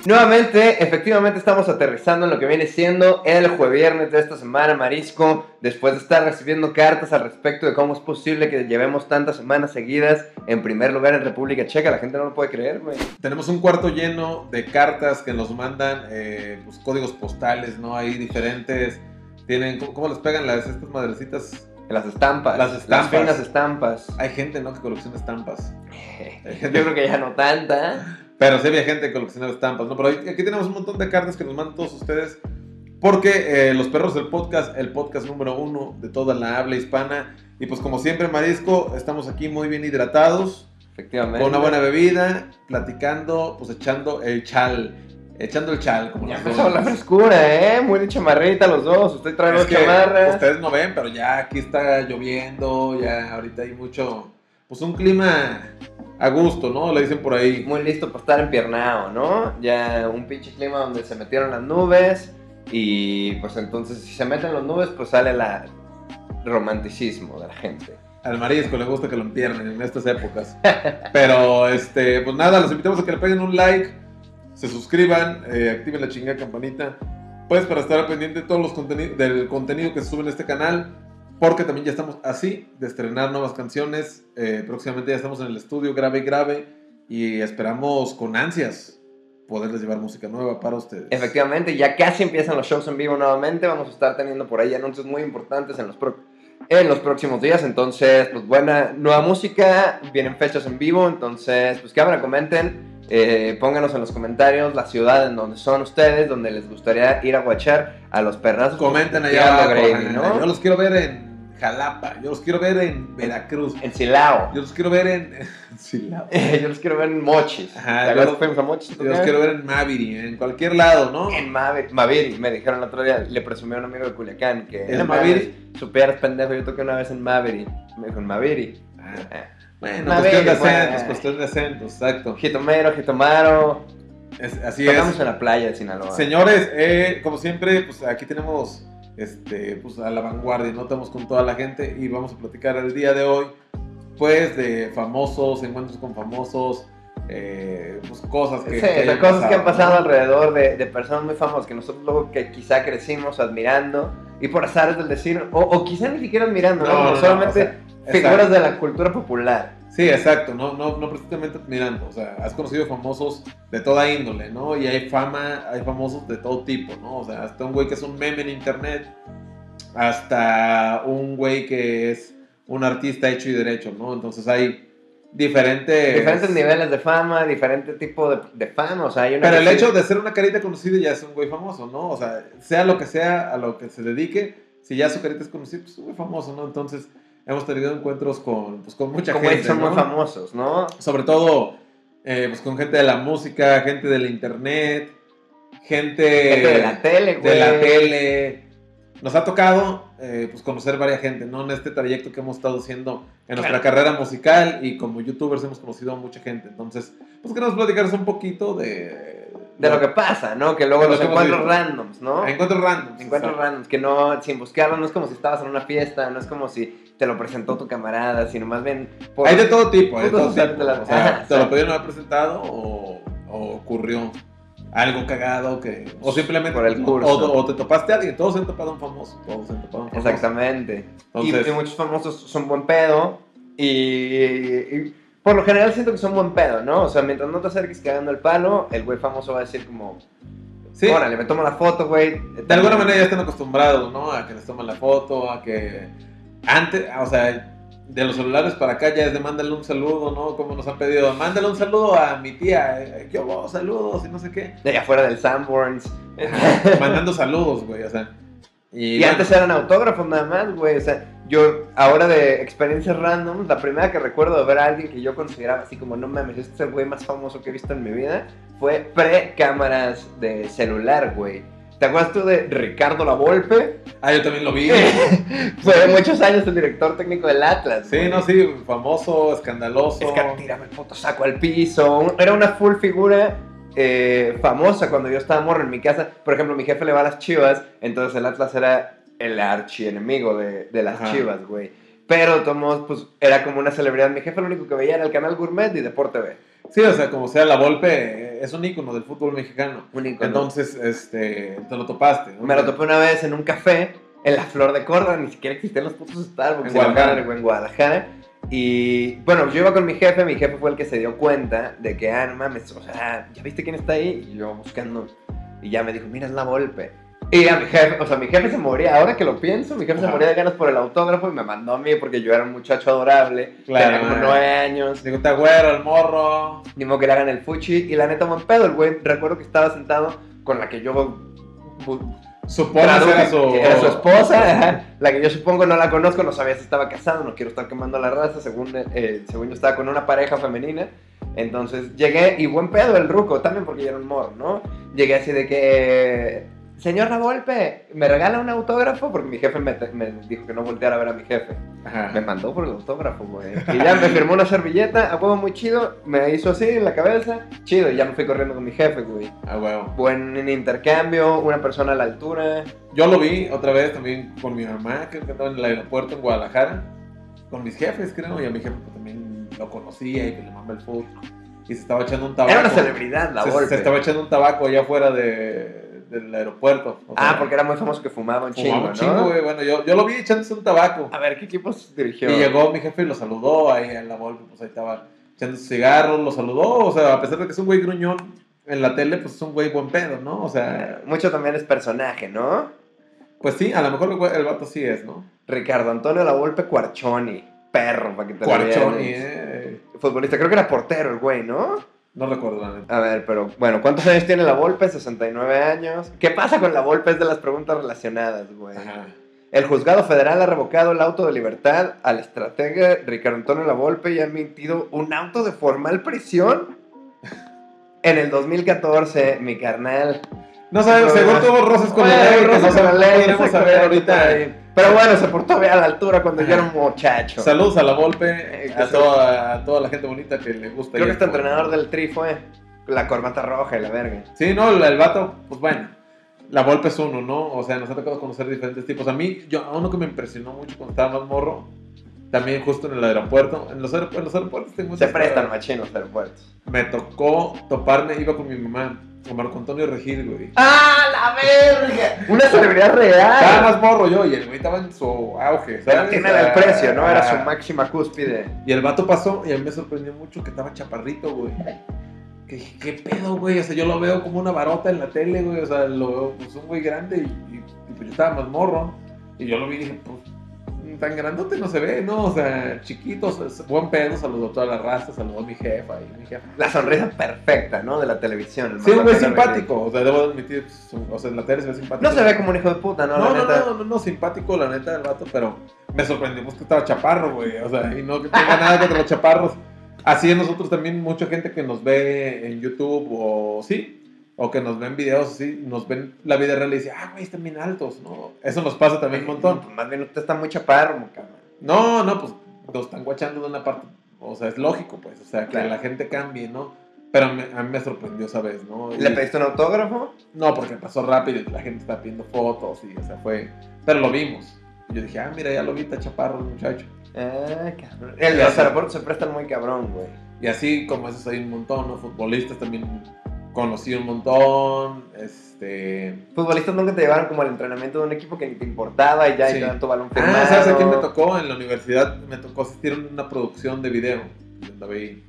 Nuevamente, efectivamente estamos aterrizando en lo que viene siendo el jueviernes de esta semana, Marisco, después de estar recibiendo cartas al respecto de cómo es posible que llevemos tantas semanas seguidas en primer lugar en República Checa. La gente no lo puede creer, güey. Tenemos un cuarto lleno de cartas que nos mandan pues, códigos postales, ¿no? Ahí diferentes. Tienen, ¿cómo les pegan estas madrecitas? Las estampas. Las finas estampas. Hay gente, ¿no? Que colecciona estampas. Yo creo que ya no tanta. Pero sí había gente que colecciona estampas, ¿no? Pero aquí tenemos un montón de cartas que nos mandan todos ustedes. Porque Los Perros del Podcast, el podcast número 1 de toda la habla hispana. Y pues como siempre, Marisco, estamos aquí muy bien hidratados. Efectivamente. Con una buena bebida, platicando, pues echando el chal. Como ya empezó la frescura, muy de chamarrita los dos. Usted trae dos chamarras. Ustedes no ven, pero ya aquí está lloviendo, ya ahorita hay mucho, pues un clima a gusto, ¿no? Le dicen por ahí. Muy listo para estar empiernado, ¿no? Ya un pinche clima donde se metieron las nubes y pues entonces si se meten las nubes pues sale el romanticismo de la gente. Al Marisco le gusta que lo empiernen en estas épocas. Pero, pues nada, los invitamos a que le peguen un like, se suscriban, activen la chingada campanita, pues para estar al pendiente de todos los del contenido que se sube en este canal, porque también ya estamos así de estrenar nuevas canciones. Próximamente ya estamos en el estudio, grave, y esperamos con ansias poderles llevar música nueva para ustedes. Efectivamente, ya casi empiezan los shows en vivo nuevamente, vamos a estar teniendo por ahí anuncios muy importantes en los próximos días, entonces, pues buena, nueva música, vienen fechas en vivo, entonces, pues cámara, comenten, pónganos en los comentarios la ciudad en donde son ustedes, donde les gustaría ir a guachar a los perrazos. Comenten allá abajo, ¿no? Yo los quiero ver en Jalapa, yo los quiero ver en Veracruz, en Silao, yo los quiero ver en Silao, yo los quiero ver en Mochis. Ajá, yo los quiero ver en Maviri, en cualquier lado, ¿no? En Maviri, me dijeron el otro día, le presumí a un amigo de Culiacán que ¿En Maviri? Supieras, pendejo, yo toqué una vez en Maviri. Me dijo, en Maviri. Bueno, Maviri, cuestión de acentos, exacto. Jitomaro. Así Tocamos es. en la playa de Sinaloa. Señores, como siempre, pues aquí tenemos pues a la vanguardia, ¿no? Estamos con toda la gente y vamos a platicar el día de hoy, pues, de famosos, encuentros con famosos, pues cosas que han pasado, ¿no? Alrededor de personas muy famosas que nosotros luego que quizá crecimos admirando y por azares del destino, o quizá ni siquiera admirando, ¿no? Solamente figuras de la cultura popular. Sí, exacto, no precisamente admirando, o sea, has conocido famosos de toda índole, ¿no? Y hay famosos de todo tipo, ¿no? O sea, hasta un güey que es un meme en internet, hasta un güey que es un artista hecho y derecho, ¿no? Entonces hay diferentes niveles de fama, diferente tipo de fama, o sea, hay una. Pero el hecho de ser una carita conocida ya es un güey famoso, ¿no? O sea lo que sea, a lo que se dedique, si ya su carita es conocida, pues es un güey famoso, ¿no? Entonces hemos tenido encuentros con mucha gente, como son, ¿no? Muy famosos, ¿no? Sobre todo, pues con gente de la música, gente del internet, gente de la tele, güey. De la tele. Nos ha tocado, pues conocer varias gente, ¿no? En este trayecto que hemos estado haciendo en nuestra carrera musical y como youtubers hemos conocido a mucha gente. Entonces, pues queremos platicarles un poquito de lo que pasa, ¿no? Que luego los encuentros randoms, ¿no? Encuentros randoms, que no, sin buscarlo, no es como si estabas en una fiesta, no es como si te lo presentó tu camarada, sino más bien... Hay de todo tipo, o sea, te lo pudieron haber presentado o ocurrió algo cagado o simplemente por el curso. O te topaste a alguien, todos se han topado a un famoso, Exactamente. Entonces, y muchos famosos son buen pedo y por lo general siento que son buen pedo, ¿no? O sea, mientras no te acerques cagando el palo, el güey famoso va a decir como... Sí. Órale, me tomo la foto, güey. De alguna manera ya están acostumbrados, ¿no? A que les toman la foto, a que... Antes, o sea, de los celulares para acá ya es de mándale un saludo, ¿no? Como nos han pedido, mándale un saludo a mi tía, yo saludos y no sé qué. De allá afuera del Sanborns. Mandando saludos, güey, o sea. Y bueno, antes eran autógrafos nada más, güey, o sea, yo ahora de experiencias random, la primera que recuerdo de ver a alguien que yo consideraba así como, no mames, este es el güey más famoso que he visto en mi vida, fue pre-cámaras de celular, güey. ¿Te acuerdas tú de Ricardo Lavolpe? Ah, yo también lo vi. Fue de muchos años el director técnico del Atlas. Sí, güey. No, sí, famoso, escandaloso. Es que tírame el puto saco al piso. Era una full figura famosa cuando yo estaba morro en mi casa. Por ejemplo, mi jefe le va a las Chivas, entonces el Atlas era el archienemigo de las Chivas, güey. Pero, de todos modos, pues, era como una celebridad. Mi jefe lo único que veía era el canal Gourmet y Deporte B. Sí, o sea, como sea, la Volpe es un ícono del fútbol mexicano. Un ícono. Entonces, te lo topaste, ¿no? Me lo topé una vez en un café en la Flor de Córdoba, ni siquiera existían los putos Starbucks. En Guadalajara. En Guadalajara. Y bueno, yo iba con mi jefe fue el que se dio cuenta de que, no mames, o sea, ¿ya viste quién está ahí? Y yo buscando, y ya me dijo, mira, es la Volpe. Y a mi jefe se moría, ahora que lo pienso, mi jefe se moría de ganas por el autógrafo y me mandó a mí porque yo era un muchacho adorable, tenía como 9 años. Digo, te güero, el morro. Ni modo que le hagan el fuchi, y la neta, buen pedo, el güey, recuerdo que estaba sentado con la que yo... Supongo que era su esposa, ajá, la que yo supongo no la conozco, no sabía si estaba casado, no quiero estar quemando la raza, según yo estaba con una pareja femenina, entonces llegué, y buen pedo el ruco, también porque yo era un morro, ¿no? Llegué así de que, señor La Volpe, ¿me regala un autógrafo? Porque mi jefe me dijo que no volteara a ver a mi jefe. Ajá. Me mandó por el autógrafo, güey. Y ya me firmó una servilleta, a huevo muy chido, me hizo así en la cabeza, chido, y ya me fui corriendo con mi jefe, güey. Ah, huevo. Buen intercambio, una persona a la altura. Yo lo vi otra vez también con mi mamá, que andaba en el aeropuerto en Guadalajara, con mis jefes, creo, y a mi jefe pues, también lo conocía y que le mamba el fútbol. Y se estaba echando un tabaco. Era una celebridad, La Volpe. Se estaba echando un tabaco allá afuera del aeropuerto. O sea, porque era muy famoso que fumaba un chingo, ¿no? Chingo, güey. Bueno, yo lo vi echándose un tabaco. A ver, ¿qué equipos dirigió? Y llegó mi jefe y lo saludó ahí en La Volpe, pues ahí estaba echando su cigarro, lo saludó. O sea, a pesar de que es un güey gruñón en la tele, pues es un güey buen pedo, ¿no? O sea... Mucho también es personaje, ¿no? Pues sí, a lo mejor el vato sí es, ¿no? Ricardo Antonio La Volpe Cuarchoni. Perro, para que te Cuarchoni, Futbolista, creo que era portero el güey, ¿no? No recuerdo la neta. A ver, pero bueno, ¿cuántos años tiene La Volpe? 69 años. ¿Qué pasa con La Volpe? Es de las preguntas relacionadas, güey. Ajá. El juzgado federal ha revocado el auto de libertad al estratega Ricardo Antonio La Volpe y ha emitido un auto de formal prisión en el 2014, mi carnal. No sabemos, según tuvo roces con la ley, que no podemos saber ahorita. Pero bueno, se portó bien a la altura cuando yo era un muchacho. Saludos a La Volpe, a toda la gente bonita que le gusta. Creo que este entrenador del Tri fue la corbata roja y la verga. Sí, no, el vato, pues bueno, La Volpe es uno, ¿no? O sea, nos ha tocado conocer diferentes tipos. A mí, a uno que me impresionó mucho cuando estaba más morro, también justo en el aeropuerto. En los aeropuertos tengo se prestan machinos los aeropuertos. Me tocó toparme, iba con mi mamá, con Marco Antonio Regil, güey. ¡Ah, la verga! Una celebridad real. Estaba más morro yo y el güey estaba en su auge, ¿sabes? Tiene el precio, ¿no? Era su máxima cúspide. Y el vato pasó y a mí me sorprendió mucho que estaba chaparrito, güey. Que dije, ¿qué pedo, güey? O sea, yo lo veo como una varota en la tele, güey. O sea, lo veo pues un güey grande y pues yo estaba más morro. Y yo lo vi y dije, pues, tan grandote no se ve, ¿no? O sea, chiquito, buen pedo, saludó a toda la raza, saludó a mi jefa y mi jefa. La sonrisa perfecta, ¿no? De la televisión. Sí, un güey simpático, o sea, debo admitir, o sea, en la tele se ve simpático. No se ve como un hijo de puta, ¿no? No, simpático, la neta, del vato, pero me sorprendió pues, que estaba chaparro, güey, o sea, y no que tenga nada contra los chaparros. Así es nosotros también, mucha gente que nos ve en YouTube o sí, o que nos ven videos así, nos ven la vida real y dice, güey, están bien altos, ¿no? Eso nos pasa también un montón. Pues más bien usted está muy chaparro, cabrón. No, pues lo están guachando de una parte, o sea, es lógico, pues, o sea, que la gente cambie, ¿no? Pero a mí me sorprendió esa vez, ¿no? ¿Le pediste un autógrafo? No, porque pasó rápido y la gente está pidiendo fotos y, o sea, fue... Pero lo vimos. Y yo dije, mira, ya lo vi, está chaparro el muchacho. Cabrón. Los aeropuertos se prestan muy cabrón, güey. Y así como esos hay un montón, ¿no? Futbolistas también conocí un montón, Futbolistas nunca te llevaron como al entrenamiento de un equipo que ni te importaba y ya, sí. Y te dan tu balón firmado. ¿Sabes a quién me tocó? En la universidad me tocó asistir a una producción de video. Yo andaba ahí,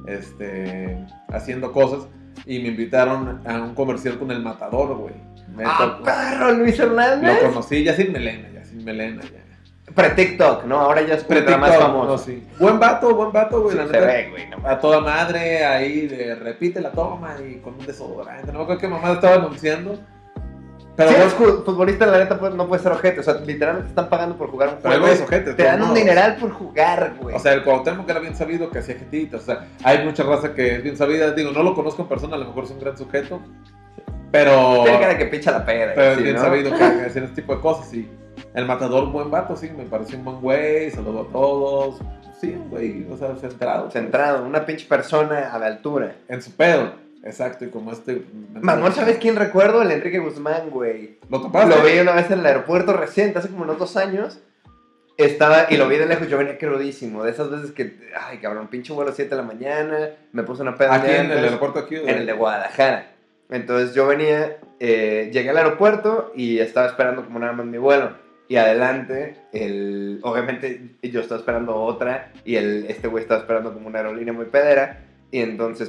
haciendo cosas y me invitaron a un comercial con El Matador, güey. Perro, Luis Hernández. Lo conocí ya sin melena, ya. Pre-TikTok, ¿no? Ahora ya es más famoso. No, sí. Buen vato, güey. Sí, la se neta, ve, güey. No. A toda madre, ahí repite la toma y con un desodorante. No me acuerdo qué mamá estaba anunciando. Pero si eres futbolista, la neta, pues, no puede ser ojete. O sea, literalmente te están pagando por jugar un juego. Pero es ojete. Te dan un dineral por jugar, güey. O sea, el Cuauhtémoc era bien sabido que hacía jetitas. O sea, hay mucha raza que es bien sabida. Digo, no lo conozco en persona, a lo mejor es un gran sujeto. Pero... Tiene cara que picha la pera. Pero es bien sabido que hacer este tipo de cosas, y... El Matador, buen vato, sí, me pareció un buen güey, saludó a todos. Sí, un güey, o sea, centrado. Centrado, una pinche persona a la altura. En su pedo, exacto, y como Mamón, ¿sabes quién recuerdo? El Enrique Guzmán, güey. ¿Lo topaste? Lo vi una vez en el aeropuerto reciente, hace como unos 2 años. estaba, y lo vi de lejos, yo venía crudísimo, de esas veces que, ay, cabrón, pinche vuelo 7 de la mañana, me puse una peda. ¿Aquí en el aeropuerto aquí? En el de Guadalajara. Entonces yo venía, llegué al aeropuerto y estaba esperando como nada más mi vuelo. Y adelante, obviamente yo estaba esperando otra y este güey estaba esperando como una aerolínea muy pedera. Y entonces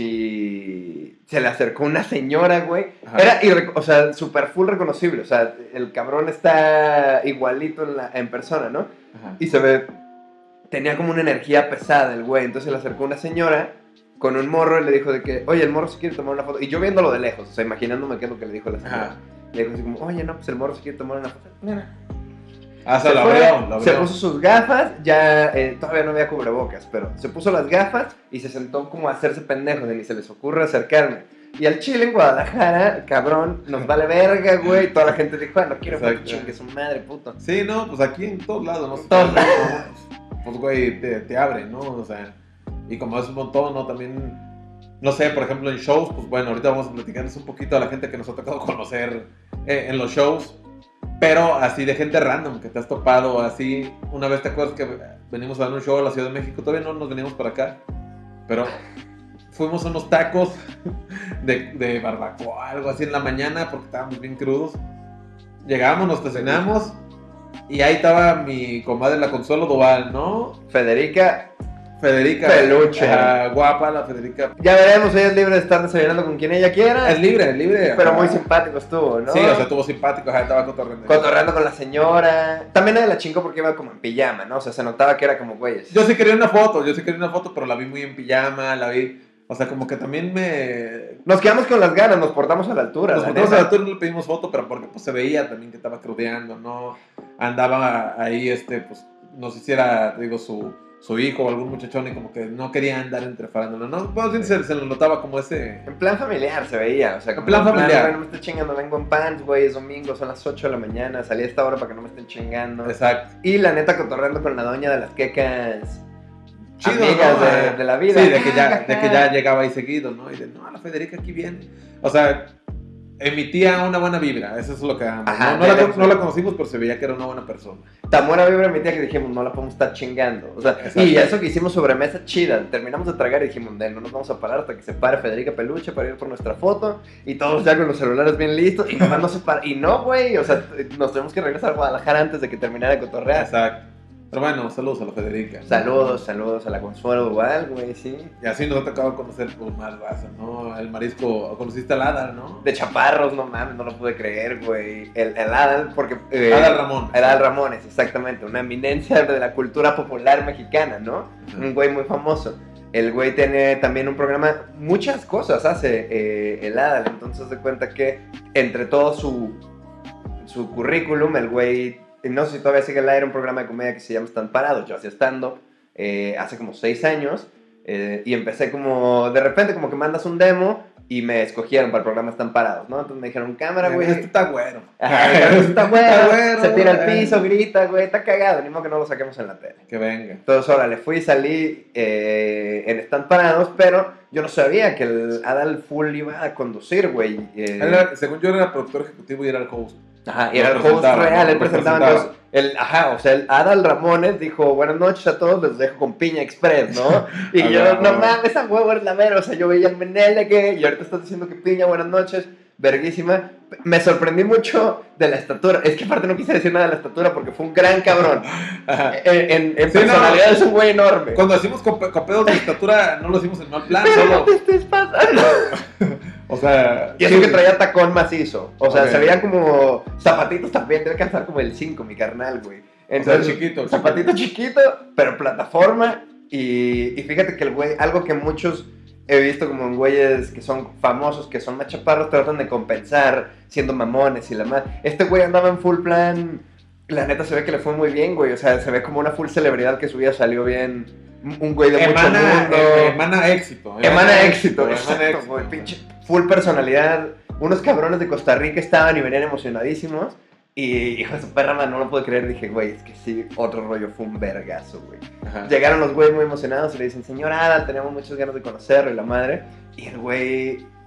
pinche se le acercó una señora, güey. Ajá. O sea, súper full reconocible. O sea, el cabrón está igualito en persona, ¿no? Ajá. Y se ve, tenía como una energía pesada el güey. Entonces se le acercó una señora con un morro y le dijo de que, oye, el morro se quiere tomar una foto. Y yo viéndolo de lejos, o sea, imaginándome qué es lo que le dijo la señora. Ajá. Le dijo así como, oye, no, pues el morro se quiere tomar una foto. Ah, Se lo fue, abrió. se puso sus gafas, ya todavía no había cubrebocas, pero se puso las gafas y se sentó como a hacerse pendejo, de ni se les ocurre acercarme. Y al Chile en Guadalajara, cabrón, nos vale verga, güey. Toda la gente dijo, no quiero que chingue su madre, puto. Sí, no, pues aquí en todos lados, ¿no? En todos lados. Pues, güey, te abre, ¿no? O sea, y como es un montón, ¿no? También, no sé, por ejemplo, en shows, pues bueno, ahorita vamos a platicarles un poquito a la gente que nos ha tocado conocer en los shows. Pero así de gente random que te has topado, así. Una vez te acuerdas que venimos a dar un show a la Ciudad de México, todavía no nos venimos para acá, pero fuimos a unos tacos de barbacoa, algo así en la mañana, porque estábamos bien crudos. Llegamos, nos estacionamos y ahí estaba mi comadre, la Consuelo Doval, ¿no? Federica Peluche. Guapa la Federica. Ya veremos, ella es libre de estar desayunando con quien ella quiera. Es libre. Pero muy simpático estuvo, ¿no? Sí, o sea, estuvo simpático, estaba cotorreando. Cotorreando con la señora. También nadie la chingó porque iba como en pijama, ¿no? O sea, se notaba que era como güeyes. Yo sí quería una foto, pero la vi muy en pijama, la vi... O sea, como que también Nos quedamos con las ganas, nos portamos a la altura. Nos portamos a la altura y no le pedimos foto, pero porque pues, se veía también que estaba crudeando, ¿no? Andaba ahí, pues, no sé si era, digo, su hijo o algún muchachón y como que no quería andar entre farándula, ¿no? Pues se lo notaba como ese... En plan familiar se veía, o sea, en plan familiar. No me estés chingando, vengo en pants, güey, es domingo, son las 8 de la mañana, salí a esta hora para que no me estén chingando. Exacto. Y la neta cotorreando con la doña de las quecas... Chido, amigas, ¿no? de la vida. Sí, de que ya llegaba ahí seguido, ¿no? Y de, no, la Federica aquí viene. O sea, emitía una buena vibra, eso es lo que amo. Ajá, no la conocimos, pero se veía que era una buena persona. Tan buena vibra mi tía que dijimos, no la podemos estar chingando. O sea, exacto. Y eso que hicimos sobremesa chida, terminamos de tragar y dijimos, no nos vamos a parar hasta que se pare Federica Peluche para ir por nuestra foto. Y todos ya con los celulares bien listos. Y nomás no se para. Y no, güey, o sea, nos tenemos que regresar a Guadalajara antes de que terminara de cotorrear. Exacto. Pero bueno, saludos a la Federica. Saludos a la Consuelo igual, güey, sí. Y así nos ha tocado conocer pues, más raza, ¿no? El marisco, conociste al Adal, ¿no? De chaparros, no mames, no lo pude creer, güey. El Adal, porque... Adal Ramón. El Adal Ramones, exactamente. Una eminencia de la cultura popular mexicana, ¿no? Un güey muy famoso. El güey tiene también un programa, muchas cosas hace el Adal. Entonces se cuenta que entre todo su currículum, el güey... No sé si todavía sigue al aire un programa de comedia que se llama Están Parados. Yo hacía stand-up hace como 6 años y empecé como, de repente como que mandas un demo y me escogieron para el programa Están Parados, ¿no? Entonces me dijeron, cámara, güey. Este está güero. Está güero, se tira al piso, grita, güey, está cagado, ni modo que no lo saquemos en la tele. Que venga. Entonces, órale, salí en Están Parados, pero yo no sabía que el Adal Full iba a conducir, güey. Según yo era productor ejecutivo y era el host. Ajá, y era el host real, él presentaba entonces, el Adal Ramones dijo, buenas noches a todos, les dejo con Piña Express, ¿no? Y yo, no mames, esa huevo es la vera, o sea, yo veía el Menele que, y ahorita estás diciendo que Piña, buenas noches, verguísima. Me sorprendí mucho de la estatura, es que aparte no quise decir nada de la estatura porque fue un gran cabrón. En sí, personalidad no, es un güey enorme. Cuando decimos copedos de estatura, no lo decimos en mal plan, pero solo... no te estés pasando. O sea... Y eso que traía tacón macizo. O sea, se veían como zapatitos también. Debe calzar como el 5, mi carnal, güey. Entonces, o sea, chiquito. Zapatito chiquito, pero plataforma. Y fíjate que el güey, algo que muchos he visto como en güeyes que son famosos, que son más chaparros, tratan de compensar siendo mamones y la más. Este güey andaba en full plan. La neta se ve que le fue muy bien, güey. O sea, se ve como una full celebridad que su vida salió bien. Un güey de mucho mundo. Emana éxito. Emana éxito, güey. Pinche full personalidad. Unos cabrones de Costa Rica estaban y venían emocionadísimos. Y hijo de su perra, man, no lo puedo creer. Dije, güey, es que sí, otro rollo fue un vergazo, güey. Llegaron los güeyes muy emocionados y le dicen, señor Adal, teníamos muchas ganas de conocerlo y la madre. Y el güey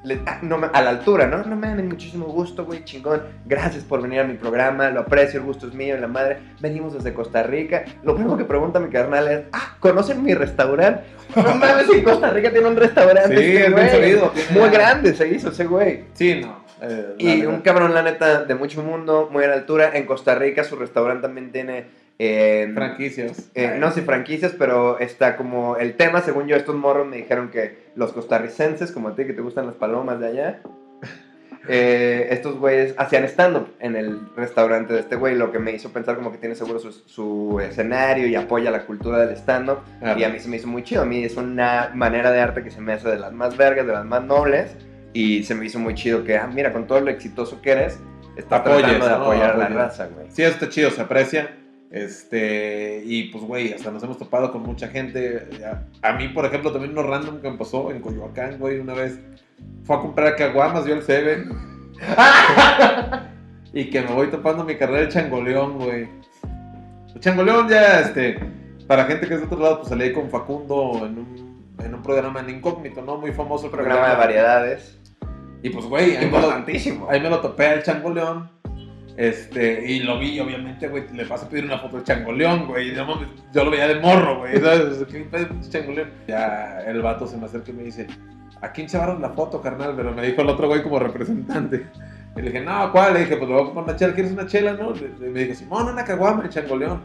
a la altura, ¿no? No me da muchísimo gusto, güey, chingón. Gracias por venir a mi programa, lo aprecio, el gusto es mío, la madre. Venimos desde Costa Rica. Lo primero que pregunta mi carnal es, ¿conocen mi restaurante? No mames, en Costa Rica tiene un restaurante. Sí, es bien sabido. Muy grande se hizo ese güey. Sí, no. Y un cabrón, la neta, de mucho mundo, muy a la altura. En Costa Rica su restaurante también tiene... franquicias. No sé franquicias, pero está como el tema, según yo, estos morros me dijeron que los costarricenses, como a ti que te gustan las palomas de allá, estos güeyes hacían stand-up en el restaurante de este güey, lo que me hizo pensar como que tiene seguro su escenario y apoya la cultura del stand-up, y a mí se me hizo muy chido. A mí es una manera de arte que se me hace de las más vergas, de las más nobles, y se me hizo muy chido que, mira, con todo lo exitoso que eres, estás tratando de apoyar a la raza, güey. Sí, eso está chido, se aprecia. Y pues, güey, hasta nos hemos topado con mucha gente. A mí, por ejemplo, también uno random que me pasó en Coyoacán, güey, una vez fue a comprar caguamas, yo el Seven. Y que me voy topando mi carrera de changoleón, güey. El changoleón ya, para gente que es de otro lado, pues salí con Facundo en un programa en Incógnito, ¿no? Muy famoso Programa de variedades. Y pues, güey, importantísimo. Ahí me lo topé al changoleón. Y lo vi, obviamente, güey, le paso a pedir una foto de changoleón, güey, yo lo veía de morro, güey, ¿sabes? ¿Qué pedo de changoleón? Ya el vato se me acerca y me dice, ¿a quién se llevaron la foto, carnal? Pero me dijo el otro güey como representante. Y le dije, no, ¿cuál? Le dije, pues le voy a comprar una chela, ¿quieres una chela, no? Y me dijo, Simón, una caguama, el changoleón.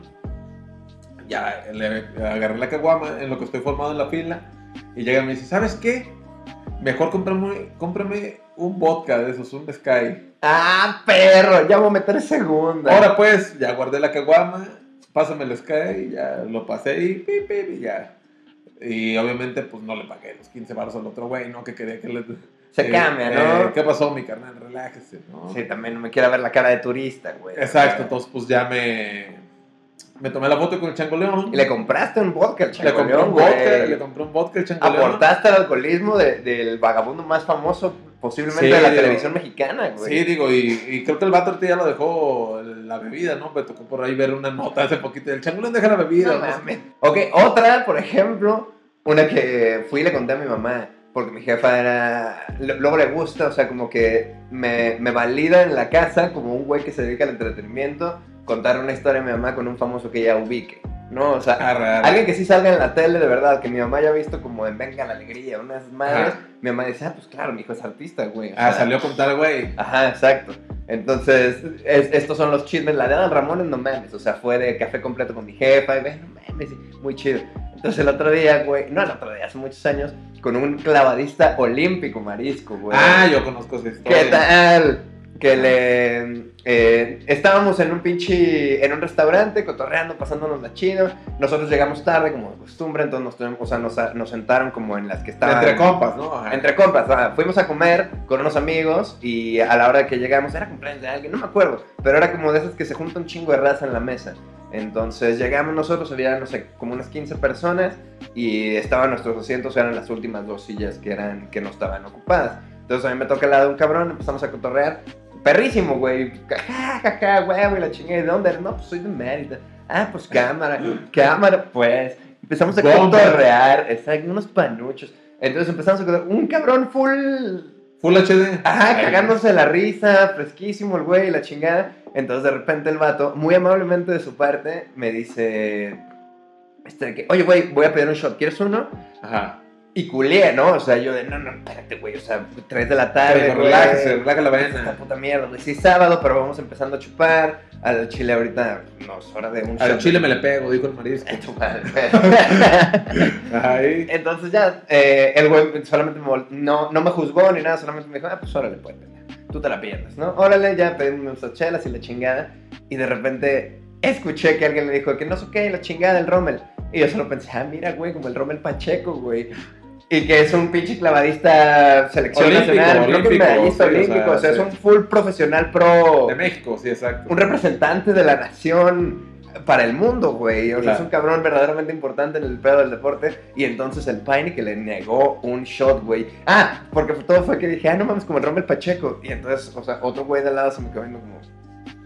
Ya, le agarré la caguama en lo que estoy formado en la fila, y llega y me dice, ¿sabes qué? Mejor cómprame un vodka de esos, un Sky. Perro, ya voy a meter segunda. Ahora pues, ya guardé la caguama, pásame el Sky, ya lo pasé y ya. Y obviamente, pues no le pagué los 15 baros al otro güey, ¿no? Que quería que le... Se cambia, ¿no? ¿Qué pasó, mi carnal? Relájese, ¿no? Sí, también no me quiere ver la cara de turista, güey. Exacto, entonces pues ya me tomé la foto con el changoleón. Y le compraste un vodka al changoleón, Le compré un vodka al changoleón. Aportaste al alcoholismo del vagabundo más famoso posiblemente de la televisión mexicana, güey. Sí, digo, y creo que el vato ahorita ya lo dejó la bebida, ¿no? Me tocó por ahí ver una nota hace poquito. El changoleón deja la bebida. No mames. Ok, otra, por ejemplo, una que fui y le conté a mi mamá, porque mi jefa era... Luego le gusta, o sea, como que me valida en la casa como un güey que se dedica al entretenimiento, contar una historia de mi mamá con un famoso que ella ubique, ¿no? O sea, alguien que sí salga en la tele de verdad, que mi mamá haya visto como en Venga la Alegría, unas madres. Mi mamá dice, pues claro, mi hijo es artista, güey. O sea, salió con tal güey. Ajá, exacto. Entonces, estos son los chismes. La de Adal Ramones, no mames, o sea, fue de café completo con mi jefa, y no mames, muy chido. Entonces el otro día, güey, no el otro día, hace muchos años, con un clavadista olímpico marisco, güey. Yo conozco esa historia. ¿Qué tal? Que estábamos en un restaurante, cotorreando, pasándonos la chido. Nosotros llegamos tarde, como de costumbre, entonces nos sentaron como en las que estaban. Entre compas, ¿no? Ajá. Entre compas, fuimos a comer con unos amigos y a la hora que llegamos, era cumpleaños de alguien, no me acuerdo, pero era como de esas que se junta un chingo de raza en la mesa. Entonces llegamos nosotros, había, no sé, como unas 15 personas y estaban nuestros asientos, eran las últimas 2 sillas que no estaban ocupadas. Entonces a mí me toca al lado de un cabrón, empezamos a cotorrear. Perrísimo, güey. Jajaja, güey, la chingada. ¿De dónde eres? No, pues soy de Mérida. Pues cámara, pues. Empezamos a cotorrear, unos panuchos. Entonces empezamos a cotorrear. Un cabrón Full HD. Cagándose la risa, fresquísimo el güey, la chingada. Entonces de repente el vato, muy amablemente de su parte, me dice... Oye, güey, voy a pedir un shot, ¿quieres uno? Ajá. Y culié, ¿no? O sea, yo de, no, espérate, güey, o sea, 3 de la tarde, relájese, relaja la vaina. Esta puta mierda, güey. Sí, sábado, pero vamos empezando a chupar. Al chile ahorita, no, es hora de un shot. Al chile me le pego, dijo el marisco. Ahí. Entonces ya, el güey solamente no me juzgó ni nada, solamente me dijo, pues órale, pues, tú te la pierdes, ¿no? Órale, ya pedimos nuestras chelas y la chingada. Y de repente escuché que alguien le dijo que no sé qué, la chingada del Rommel. Y yo solo pensé, mira, güey, como el Rommel Pacheco, güey. Y que es un pinche clavadista selección nacional, creo que es medallista olímpico, o sea, es un full profesional pro... De México, sí, exacto. Un representante de la nación para el mundo, güey. O sea, claro. Es un cabrón verdaderamente importante en el pedo del deporte. Y entonces el Paine que le negó un shot, güey. Porque todo fue que dije, no mames, como el Rommel Pacheco. Y entonces, o sea, otro güey de al lado se me quedó viendo como...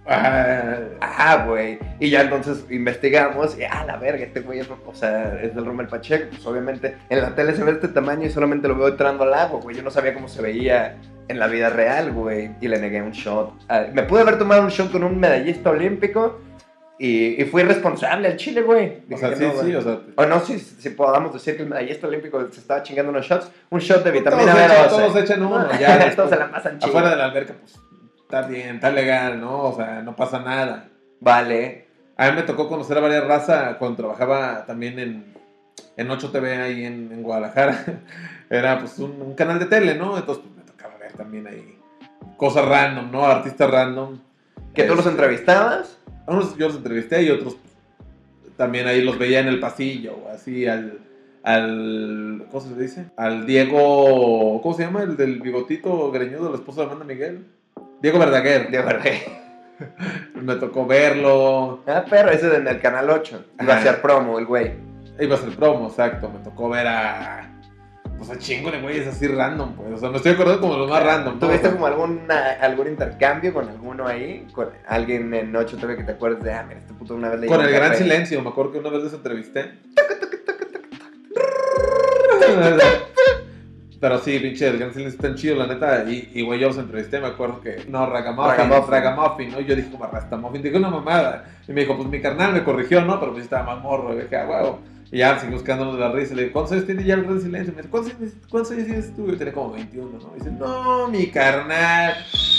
Güey. Y ya entonces investigamos y, la verga, este güey es del Rommel Pacheco. Pues obviamente en la tele se ve este tamaño y solamente lo veo entrando al agua, güey. Yo no sabía cómo se veía en la vida real, güey. Y le negué un shot. Me pude haber tomado un shot con un medallista olímpico y fui responsable al Chile, güey. O sea, Dije, sí, o sea... O no, si podamos decir que el medallista olímpico se estaba chingando unos shots. Un shot de vitamina B12. B12. Todos echan uno, ya. Después, todos se la pasan chido. Afuera de la alberca, pues... Está bien, está legal, ¿no? O sea, no pasa nada. Vale. A mí me tocó conocer a varias razas cuando trabajaba también en 8 TV ahí en Guadalajara. Era pues un canal de tele, ¿no? Entonces pues, me tocaba ver también ahí cosas random, ¿no? Artistas random. ¿Que tú los entrevistabas? Unos yo los entrevisté y otros pues, también ahí los veía en el pasillo, así al ¿cómo se dice? Al Diego, ¿cómo se llama? El del bigotito greñudo, el esposo de Amanda Miguel. Diego Verdaguer. Diego Verdaguer. Me tocó verlo. Pero ese en el canal 8. Iba a hacer promo, el güey. Iba a hacer promo, exacto. Me tocó ver pues a chingo de güeyes así random, pues. O sea, me estoy acordando como de los más random. ¿Tuviste como algún intercambio con alguno ahí? ¿Con alguien en 8 TV que te acuerdes de, mira, este puto una vez le Con el Gran Silencio, me acuerdo que una vez les entrevisté. Pero sí, pinche, el Gran Silencio tan chido, la neta. Y güey, yo los entrevisté, me acuerdo que. No, Ragamuffin, ¿no? Y yo dije como Rastamuffin, dije una mamada. Y me dijo, pues mi carnal me corrigió, ¿no? Pero pues estaba más morro. Y dije, huevo. Y ya seguimos quedándonos de la risa. Y le dije, ¿cuántos años tiene ya el Gran Silencio? Y me dice, ¿cuántos años tienes tú? Y yo tenía como 21, ¿no? Y dice, no, mi carnal.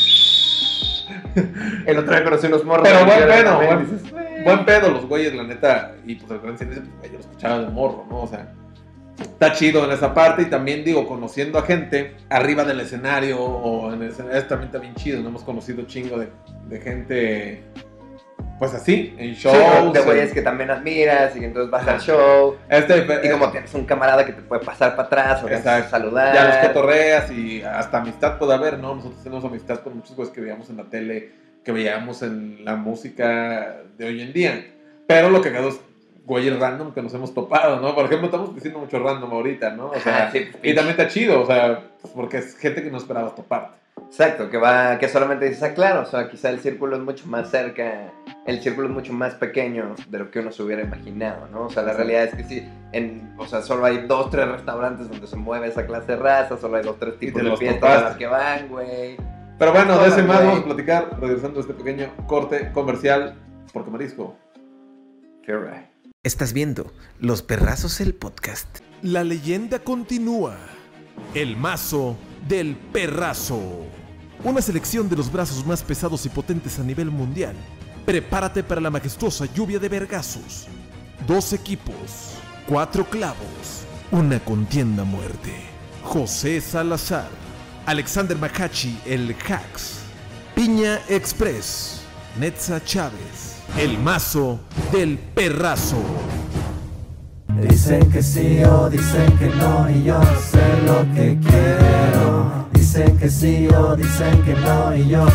El otro día conocí unos morros. Pero buen pedo los güeyes, la neta. Y pues el Gran Silencio, pues yo lo escuchaba de morro, ¿no? O sea. Está chido en esa parte y también digo, conociendo a gente arriba del escenario o en el escenario también está bien chido, ¿no? Hemos conocido chingo de gente, pues así, en shows. Sí, de güeyes que también admiras y entonces vas al show. Y como tienes un camarada que te puede pasar para atrás o que saludar. Ya los cotorreas y hasta amistad puede haber, ¿no? Nosotros tenemos amistad con muchos güeyes que veíamos en la tele, que veíamos en la música de hoy en día. Pero lo que cagado es güeyes random que nos hemos topado, ¿no? Por ejemplo, estamos diciendo mucho random ahorita, ¿no? O sea, sí, y también está chido, o sea, pues porque es gente que no esperabas toparte. Exacto, que solamente dices, claro, o sea, quizá el círculo es mucho más cerca, el círculo es mucho más pequeño de lo que uno se hubiera imaginado, ¿no? O sea, la realidad es que sí, o sea, solo hay 2, 3 restaurantes donde se mueve esa clase de raza, solo hay 2, 3 tipos de fiestas a las que van, güey. Pero bueno, de ese más vamos a platicar, regresando a este pequeño corte comercial, porque marisco. Right. Estás viendo Los Perrazos, el podcast. La leyenda continúa. El mazo del perrazo. Una selección de los brazos más pesados y potentes a nivel mundial. Prepárate para la majestuosa lluvia de vergazos. 2 equipos, 4 clavos, una contienda a muerte. José Salazar, Alexander Macachi, el Hax, Piña Express, Netza Chávez. El mazo del perrazo. Dicen que sí o dicen que no y yo sé lo que quiero. Dicen que sí o dicen que no y yo.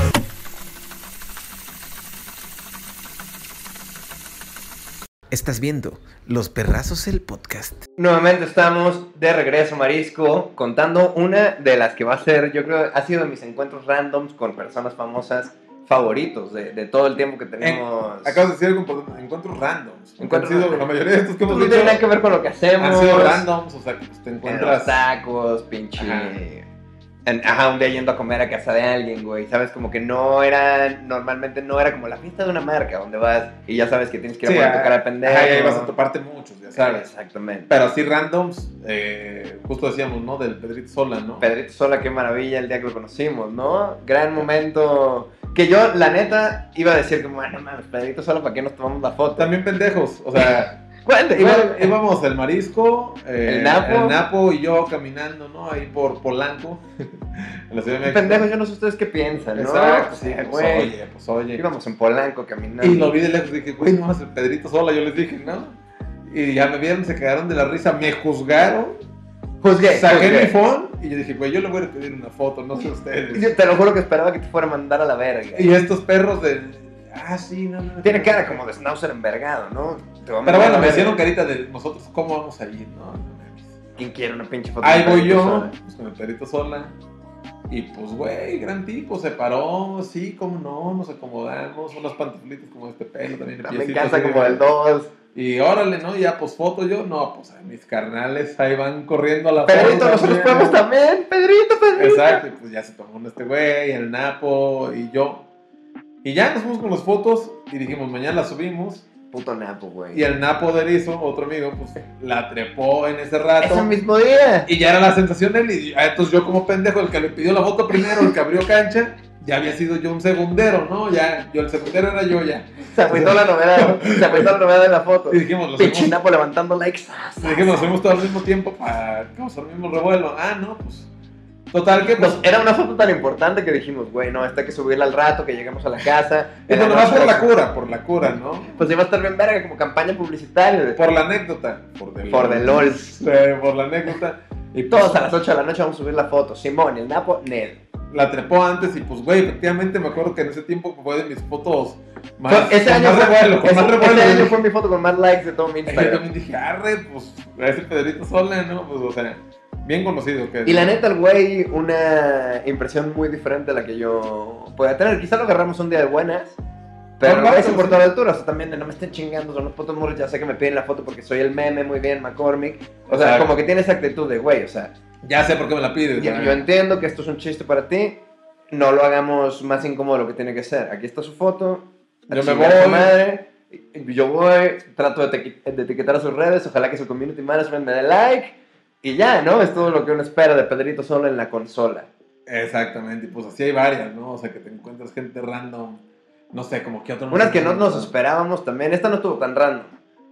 Estás viendo Los Perrazos, el podcast. Nuevamente estamos de regreso, Marisco, contando una de las que va a ser, yo creo, ha sido de mis encuentros randoms con personas famosas favoritos de todo el tiempo que tenemos. Acabas de decir algo importante, encuentros randoms. La mayoría de estos que hemos dicho no tiene nada que ver con lo que hacemos. Han sido randoms, o sea, que te encuentras... En los tacos, pinche... un día yendo a comer a casa de alguien, güey, ¿sabes? Como que normalmente no era como la fiesta de una marca donde vas y ya sabes que tienes que ir a poner tu cara de pendejo. Ahí vas a toparte muchos, ya sabes. Exactamente. Pero así randoms, justo decíamos, ¿no? Del Pedrito Sola, ¿no? Pedrito Sola, qué maravilla el día que lo conocimos, ¿no? Gran momento... Que yo, la neta, iba a decir como, no mames, Pedrito Sola, ¿para qué nos tomamos la foto? También pendejos, o sea... Íbamos el Marisco, el Napo y yo caminando, ¿no? Ahí por Polanco, en la Ciudad de México. Pendejos, yo no sé ustedes qué piensan, ¿no? Exacto, sí, pues oye. Íbamos en Polanco caminando. Y lo vi de lejos y dije, güey, no, es el Pedrito Sola, yo les dije, ¿no? Y ya me vieron, se quedaron de la risa, me juzgaron. Saqué mi phone y yo dije, güey, yo le voy a pedir una foto, no sé ustedes. Yo te lo juro que esperaba que te fuera a mandar a la verga. Y estos perros de... sí, no. Tiene cara como de schnauzer envergado, ¿no? Pero bueno, me hicieron carita de nosotros, ¿cómo vamos a ir, no? ¿Quién quiere una pinche foto? Ahí voy yo, pues con el Pedrito Sola. Y pues, güey, gran tipo, se paró, sí, cómo no, nos acomodamos, unos pantuflitos como este pelo también. Me encanta como el 2. Y órale, ¿no? Ya, pues foto yo, no, pues mis carnales ahí van corriendo a la Pedrito, foto nosotros también. podemos también, Pedrito. Exacto, y pues ya se tomó este güey, el Napo y yo. Y ya nos fuimos con las fotos y dijimos, mañana las subimos. Puto Napo, güey. Y el Napo de Erizo, otro amigo, pues la trepó en ese rato. Ese mismo día. Y ya era la sensación de él. Y entonces yo como pendejo, el que le pidió la foto primero, el que abrió cancha, ya había sido yo un segundero, ¿no? Ya, yo el segundero era yo ya. Se agüitó la novedad. Se agüitó la novedad de la foto. Y dijimos, lo Pinche hacemos, Napo levantando likes. dijimos, lo hacemos todo al mismo tiempo para causar el mismo revuelo. Ah, no, pues. Total que pues. Era una foto tan importante que dijimos, güey, no, esta hay que subirla al rato, que lleguemos a la casa. Y pues nomás por la cura, ¿no? Pues iba a estar bien verga, como campaña publicitaria. Por la anécdota. Por the LOLs. Por la anécdota. Y pues, Todos a las 8 de la noche vamos a subir la foto. Simón, el Napo, Ned. la trepó antes y pues, güey, efectivamente me acuerdo que en ese tiempo fue de mis fotos más, Ese con año más revuelo, con más revuelo. ese año fue mi foto con más likes de todo mi Y yo Instagram. también dije, arre, pues, ese Pedrito Sola, ¿no? Pues, o sea, bien conocido que es. Y la neta, el güey, una impresión muy diferente a la que yo podía tener. Quizá lo agarramos un día de buenas, pero No, no se sí. portó a la altura. O sea, también de no me estén chingando, son los putos morros. Ya sé que me piden la foto porque soy el meme, muy bien, McCormick. O sea, Exacto. como que tiene esa actitud de güey, o sea. Ya sé por qué me la pides. Yo ¿no? entiendo que esto es un chiste para ti, no lo hagamos más incómodo de lo que tiene que ser. Aquí está su foto, Yo me chingar a su voy. madre, yo voy, trato de etiquetar a sus redes, ojalá que su community management me dé like, y ya, ¿no? Es todo lo que uno espera de Pedrito solo en la consola. Exactamente, y pues así hay varias, ¿no? O sea, que te encuentras gente random, no sé, como que otro... Unas que no nos esperábamos también, esta no estuvo tan random,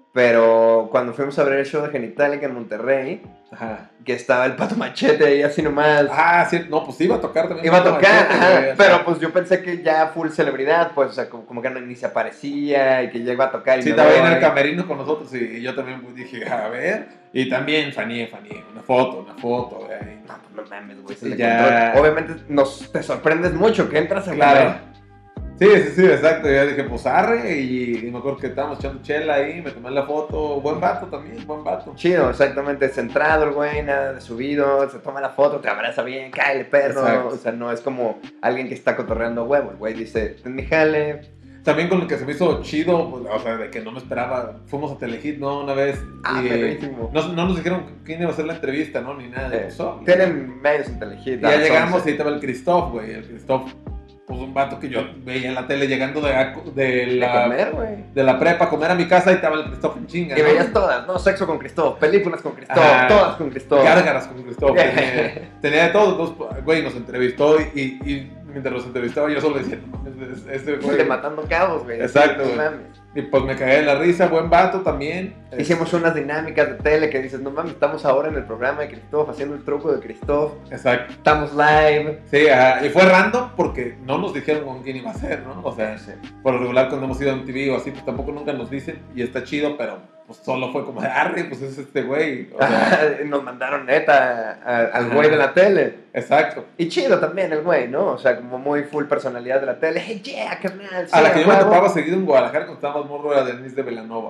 pero cuando fuimos a ver el show de Genitalica en Monterrey, Ajá. que estaba el Pato Machete ahí así nomás. Ah, sí, no, pues iba a tocar también. Iba a tocar, Machete, ajá, güey, o sea, pero pues yo pensé que ya full celebridad, pues, o sea, como que ni se aparecía y que ya iba a tocar. Y sí, me estaba ahí en el voy. camerino con nosotros y yo también pues, dije, a ver, y también faneé, una foto, güey. ahí. No, pues no mames, güey, se Y le ya. control. Obviamente te sorprendes mucho que entras a Claro. Sí, exacto. Yo dije, pues arre, y me acuerdo que estábamos echando chela ahí, me tomé la foto. Buen vato también, buen vato. Chido, exactamente, centrado el güey, nada de subido, se toma la foto, te abraza bien, cáele perro. Exacto. O sea, no es como alguien que está cotorreando a huevo. El güey dice, ten mi jale. También con lo que se me hizo chido, pues, o sea, de que no me esperaba. Fuimos a Telehit, ¿no? Una vez. Ah, y perrísimo. no nos dijeron quién iba a hacer la entrevista, ¿no? Ni nada. Eh, Pues, oh, Tienen medios inteligentes. y ya llegamos y ahí estaba el Christoph, güey. El Christoph, pues un vato que yo veía en la tele llegando de De la, comer, güey. de la prepa a comer a mi casa y estaba el Christoph en chinga. Y ¿no? veías todas, ¿no? Sexo con Cristóbal, películas con Cristóbal, Ajá. todas con Cristóbal. Gárgaras con Cristóbal. Tenía de todo. Entonces, güey, nos entrevistó y mientras los entrevistaba yo solo decía, no mames, este güey. De matando cabos, güey. Exacto, No güey. mames. Y pues me cagué de la risa, buen vato también. Hicimos unas dinámicas de tele que dices, no mames, estamos ahora en el programa de Cristóbal haciendo el truco de Cristóbal. Exacto. Estamos live. Sí, y fue random porque no nos dijeron con quién iba a ser, ¿no? O sea, por lo regular cuando hemos ido a MTV o así, pues tampoco nunca nos dicen y está chido, pero pues solo fue como de arre, pues es este güey. O sea, Nos mandaron neta al Ajá. güey de la tele. exacto. Y chido también el güey, ¿no? O sea, como muy full personalidad de la tele. Hey, yeah, carnal. A la que yo me huevo. topaba seguido en Guadalajara cuando estábamos morro era Denise de Belanova.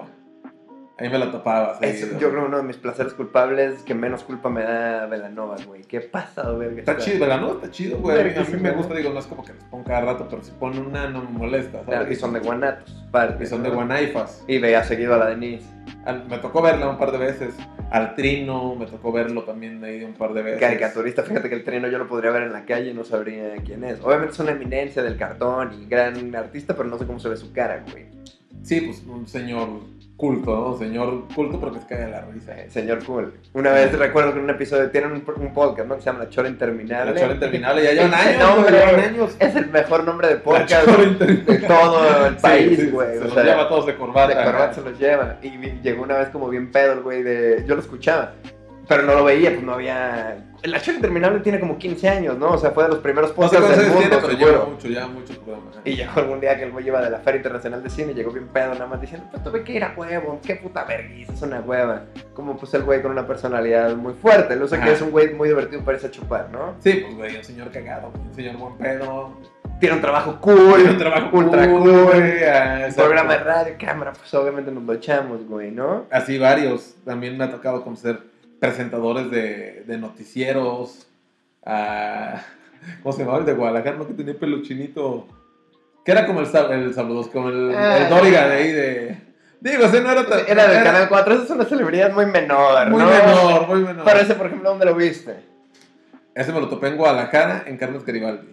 Ahí me la topaba seguido. Yo creo uno de mis placeres culpables que menos culpa me da Belanova, güey. Qué pasado, verga. Está chido, Belanova está chido, güey. A mí me Verga, gusta, digo, no es como que les pongo cada rato, pero si pone una no me molesta, Claro, ¿sabes? y son de Guanatos, parte. Y son de ¿no? Guanaifas. Y veía seguido a la Denise. Me tocó verla un par de veces. Al Trino, me tocó verlo también ahí un par de veces. Caricaturista, fíjate que el Trino yo lo podría ver en la calle y no sabría quién es. Obviamente es una eminencia del cartón y gran artista, pero no sé cómo se ve su cara, güey. Sí, pues un señor culto, ¿no? Señor culto, pero que se cae de la risa. Señor cool. Una vez recuerdo que en un episodio tienen un podcast, ¿no? Que se llama La Chora Interminable. La chora interminable, ya llevan Ese años, nombre güey, llevan años. Es el mejor nombre de La podcast chora de interminable. todo el Sí, país, sí, güey. se O los sea, lleva todos de corbata. de corbata se los lleva. Y llegó una vez como bien pedo el güey de... Yo lo escuchaba, pero no lo veía, pues no había... La Chora Interminable tiene como 15 años, ¿no? O sea, fue de los primeros No sé podcasts cuántos del años mundo, tiene, pero seguro. lleva mucho programa. Y llegó algún día que el güey iba de la Feria Internacional de Cine y llegó bien pedo nada más diciendo, pues tuve que ir a huevo, qué puta vergüenza, es una hueva. Como pues el güey con una personalidad muy fuerte, lo sé que Ajá. es un güey muy divertido para irse a chupar, ¿no? Sí, pues güey, un señor cagado, un señor buen pedo. Tiene un trabajo cool, Tiene un trabajo ultra cool, cool, güey, un exacto. programa de radio, cámara, pues obviamente nos lo echamos, güey, ¿no? Así varios. También me ha tocado conocer presentadores de noticieros. ¿Cómo se llamaba el de Guadalajara? ¿No? Que tenía pelo chinito. Que era como el Saludos, como el Dóriga de ahí de... Digo, ese no era tan... Era del Canal 4, esa es una celebridad muy menor, muy ¿no? menor, muy menor. Pero ese, por ejemplo, ¿dónde lo viste? Ese me lo topé en Guadalajara, en Carlos Garibaldi.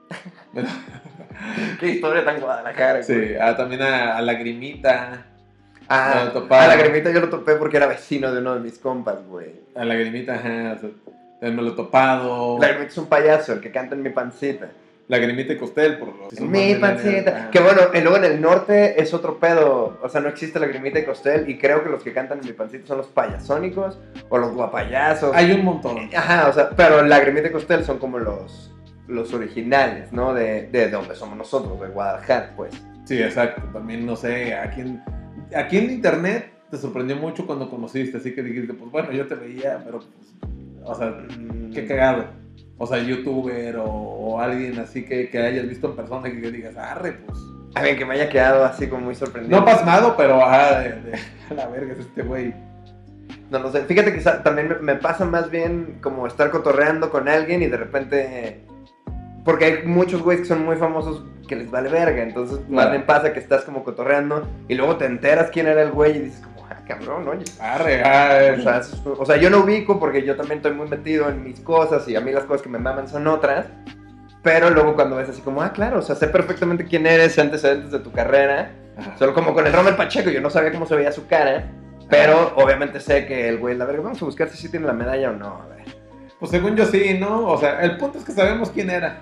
Qué historia tan Guadalajara. Sí, también a Lagrimita. Ah, Me lo topaba. a Lagrimita yo lo topé porque era vecino de uno de mis compas, güey. A Lagrimita, ajá. O sea, también me lo he topado. Lagrimita es un payaso, el que canta en Mi Pancita. Lagrimita y Costel, por los... Mi Pancita. Que bueno, luego en el norte es otro pedo. O sea, no existe Lagrimita y Costel. Y creo que los que cantan en Mi Pancita son los payasónicos o los guapayazos. Hay un montón. Ajá, o sea, pero Lagrimita y Costel son como los originales, ¿no? De donde somos nosotros, de Guadalajara, pues. Sí, exacto. También, no sé, aquí en internet te sorprendió mucho cuando conociste, así que dijiste, pues bueno, yo te veía, pero pues, o sea, qué cagado. O sea, youtuber o alguien así que hayas visto en persona y que digas, arre, pues. A ver, que me haya quedado así como muy sorprendido. No pasmado, pero ajá, a la verga es este güey. No lo sé. Fíjate que también me pasa más bien como estar cotorreando con alguien y de repente... Porque hay muchos güeyes que son muy famosos que les vale verga. Entonces más bien pasa que estás como cotorreando y luego te enteras quién era el güey y dices como, ah, cabrón, oye. Arre, O sea, yo no ubico porque yo también estoy muy metido en mis cosas y a mí las cosas que me maman son otras. Pero luego cuando ves así como, ah, claro, o sea, sé perfectamente quién eres, antecedentes de tu carrera. Ajá. Solo como con el Rommel Pacheco, yo no sabía cómo se veía su cara. Pero obviamente sé que el güey, la verga, vamos a buscar si sí tiene la medalla o no, a ver. Pues según yo sí, ¿no? O sea, el punto es que sabemos quién era.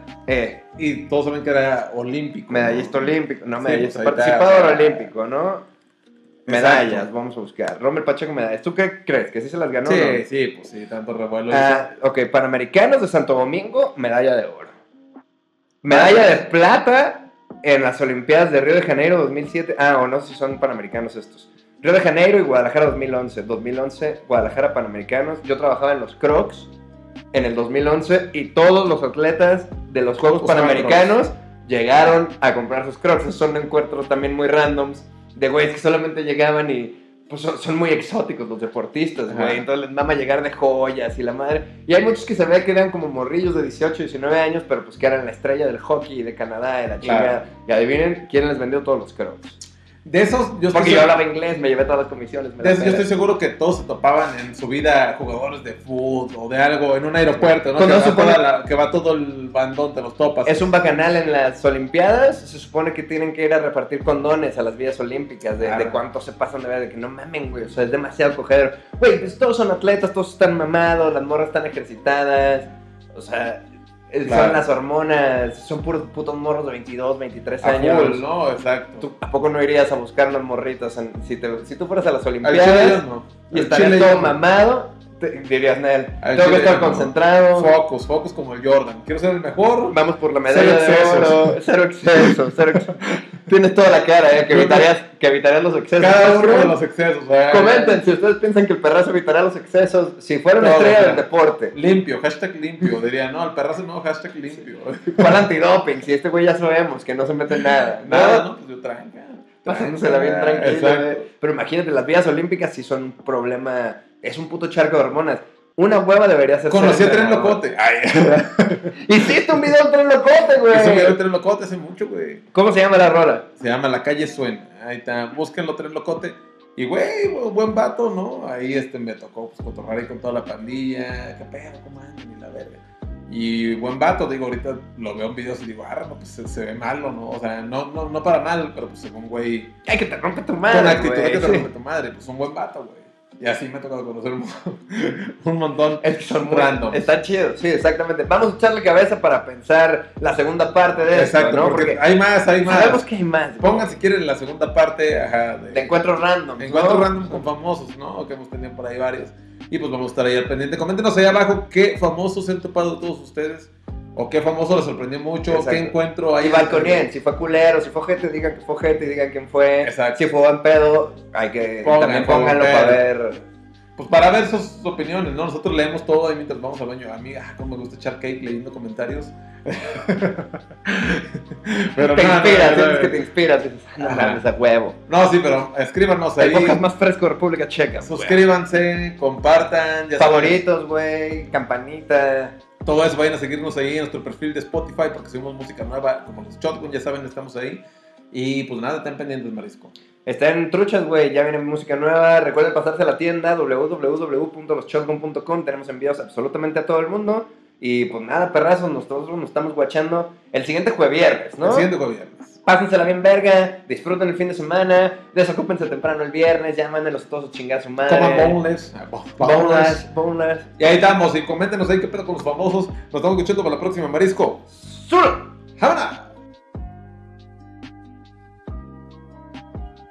Y todos saben que era olímpico. Medallista ¿no? olímpico, no, Sí, medallista pues ahí está, participador o sea, olímpico, ¿no? Medallas, vamos a buscar. Rommel Pacheco, medallas. ¿Tú qué crees? ¿Que sí se las ganó? Sí, no? sí, pues sí, tanto revuelo. Ok, Panamericanos de Santo Domingo, medalla de oro. Medalla de plata en las Olimpiadas de Río de Janeiro 2007. O no sé si son Panamericanos estos. Río de Janeiro y Guadalajara 2011. 2011, Guadalajara Panamericanos. Yo trabajaba en los Crocs en el 2011 y todos los atletas de los Juegos Usaban Panamericanos llegaron a comprar sus Crocs. Esos son encuentros también muy randoms de güeyes que solamente llegaban y pues son muy exóticos los deportistas, güey. Entonces les mama llegar de joyas y la madre. Y hay muchos que se ve que eran como morrillos de 18, 19 años, pero pues que eran la estrella del hockey de Canadá, de la chingada. Y adivinen quién les vendió todos los Crocs. De esos, Porque yo hablaba inglés, me llevé todas las comisiones. De esos, yo estoy seguro que todos se topaban en su vida jugadores de fútbol o de algo en un aeropuerto, ¿no? Que va todo el bandón, te los topas. Es un bacanal en las Olimpiadas. Se supone que tienen que ir a repartir condones a las vías olímpicas. De cuánto se pasan de ver, de que no mamen, güey. O sea, es demasiado cogedero. Güey, pues todos son atletas, todos están mamados, las morras están ejercitadas. O sea, son las hormonas, son puros putos morros de 22, 23 años. Full, ¿no? Exacto. ¿Tú a poco no irías a buscar unas morritas? Si tú fueras a las Olimpiadas no. y estarías todo mamado, dirías, Nel, tengo que estar concentrado. Focus como el Jordan. Quiero ser el mejor. Vamos por la medalla de oro. Cero excesos. Tienes toda la cara, que evitarías los excesos. Cada uno de los excesos. Comenten si ustedes piensan que el perrazo evitará los excesos. Si fuera una estrella del deporte. Limpio, hashtag limpio. Diría, no, el perrazo no, hashtag limpio. ¿Cuál antidoping? Si este güey ya sabemos que no se mete en nada. Nada, no, pues yo tranca. Pasándosela bien tranquila. Pero imagínate, las vías olímpicas sí son un problema. Es un puto charco de hormonas. Una hueva debería ser. Conocí a Tren Locote. Hiciste un video del Tren Locote, güey. Hice un video del Tren Locote hace mucho, güey. ¿Cómo se llama la rola? Se llama La Calle Suena. Ahí está, búsquenlo, Tren Locote. Y, güey, buen vato, ¿no? Ahí me tocó pues, cotorrar ahí con toda la pandilla. ¿Qué pedo? ¿Cómo andan? Y la verga. Y buen vato, digo, ahorita lo veo en videos y digo, no, pues se ve malo, ¿no? O sea, no para mal, pero pues según güey. Ay, que te rompe tu madre. Con la actitud güey, que te rompe tu madre, pues un buen vato, güey. Y así me ha tocado conocer un montón. Es que son random. Están chidos, sí, exactamente. Vamos a echarle cabeza para pensar la segunda parte de esto, exacto, ¿no? porque hay más. Sabemos que hay más. Pongan si quieren la segunda parte, de encuentros random. Encuentros random con famosos, ¿no? Que hemos tenido por ahí varios. Y pues vamos a estar ahí al pendiente. Coméntenos ahí abajo qué famosos se han topado todos ustedes. O qué famoso les sorprendió mucho. Exacto. Qué encuentro ahí. Y balconien, si fue culero, si fue gente, digan que fue gente y digan quién fue. Exacto. Si fue buen pedo, también pónganlo para ver. Pues para ver sus opiniones, ¿no? Nosotros leemos todo ahí mientras vamos al baño. A mí, cómo me gusta echar cake leyendo comentarios. Pero te inspiras, sientes que te inspiras. No mames, a huevo. No, sí, pero escríbanos ahí. El podcast más fresco de República Checa. Suscríbanse, compartan. Favoritos, güey, campanita. Todo eso, vayan a seguirnos ahí en nuestro perfil de Spotify porque subimos música nueva, como los Shotgun, ya saben, estamos ahí. Y pues nada, estén pendientes, Marisco. Están truchas, güey, ya viene música nueva. Recuerden pasarse a la tienda www.loschotgun.com. Tenemos envíos absolutamente a todo el mundo. Y pues nada, perrazos, nosotros nos estamos guachando el siguiente viernes, ¿no? El siguiente viernes. Pásensela bien verga, disfruten el fin de semana, desocúpense temprano el viernes, ya mándenlos todos a chingar a su madre. Coman boneless. Boneless. Y ahí estamos, y coméntenos ahí qué pedo con los famosos. Nos estamos escuchando para la próxima, Marisco. ¡Sur! ¡Habana!